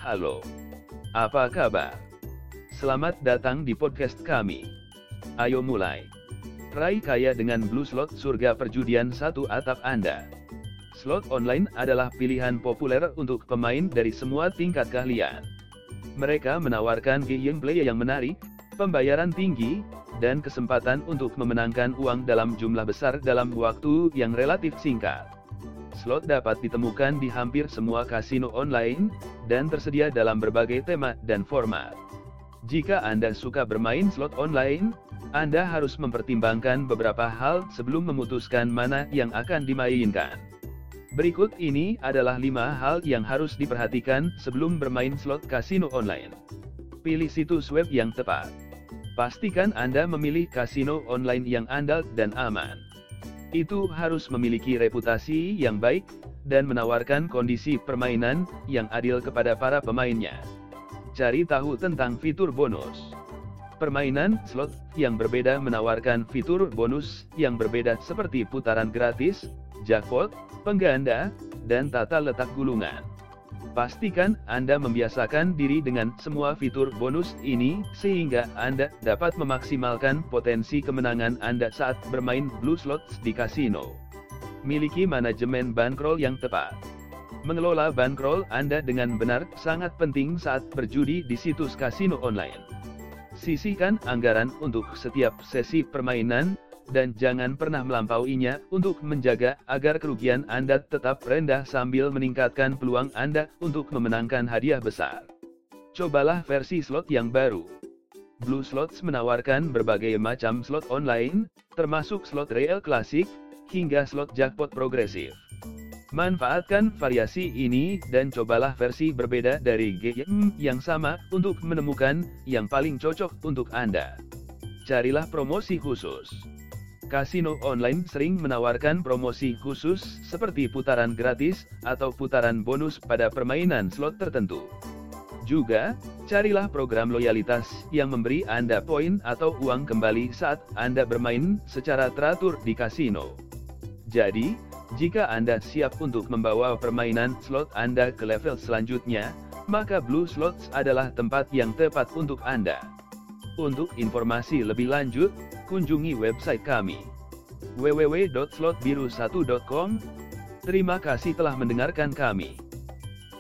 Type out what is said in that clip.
Halo, apa kabar? Selamat datang di podcast kami. Ayo mulai. Raih kaya dengan Blue Slot, surga perjudian satu atap Anda. Slot online adalah pilihan populer untuk pemain dari semua tingkat keahlian. Mereka menawarkan gameplay yang menarik, pembayaran tinggi, dan kesempatan untuk memenangkan uang dalam jumlah besar dalam waktu yang relatif singkat. Slot dapat ditemukan di hampir semua kasino online, dan tersedia dalam berbagai tema dan format. Jika Anda suka bermain slot online, Anda harus mempertimbangkan beberapa hal sebelum memutuskan mana yang akan dimainkan. Berikut ini adalah 5 hal yang harus diperhatikan sebelum bermain slot kasino online. Pilih situs web yang tepat. Pastikan Anda memilih kasino online yang andal dan aman. Itu harus memiliki reputasi yang baik, dan menawarkan kondisi permainan yang adil kepada para pemainnya. Cari tahu tentang fitur bonus. Permainan slot yang berbeda menawarkan fitur bonus yang berbeda seperti putaran gratis, jackpot, pengganda, dan tata letak gulungan. Pastikan Anda membiasakan diri dengan semua fitur bonus ini, sehingga Anda dapat memaksimalkan potensi kemenangan Anda saat bermain Blue Slots di kasino. Miliki manajemen bankroll yang tepat. Mengelola bankroll Anda dengan benar sangat penting saat berjudi di situs kasino online. Sisihkan anggaran untuk setiap sesi permainan, dan jangan pernah melampauinya untuk menjaga agar kerugian Anda tetap rendah sambil meningkatkan peluang Anda untuk memenangkan hadiah besar. Cobalah versi slot yang baru. Blue Slots menawarkan berbagai macam slot online, termasuk slot real klasik, hingga slot jackpot progresif. Manfaatkan variasi ini dan cobalah versi berbeda dari game yang sama untuk menemukan yang paling cocok untuk Anda. Carilah promosi khusus. Kasino online sering menawarkan promosi khusus seperti putaran gratis atau putaran bonus pada permainan slot tertentu. Juga, carilah program loyalitas yang memberi Anda poin atau uang kembali saat Anda bermain secara teratur di kasino. Jadi, jika Anda siap untuk membawa permainan slot Anda ke level selanjutnya, maka Blue Slots adalah tempat yang tepat untuk Anda. Untuk informasi lebih lanjut, kunjungi website kami www.slotbiru1.com. Terima kasih telah mendengarkan kami.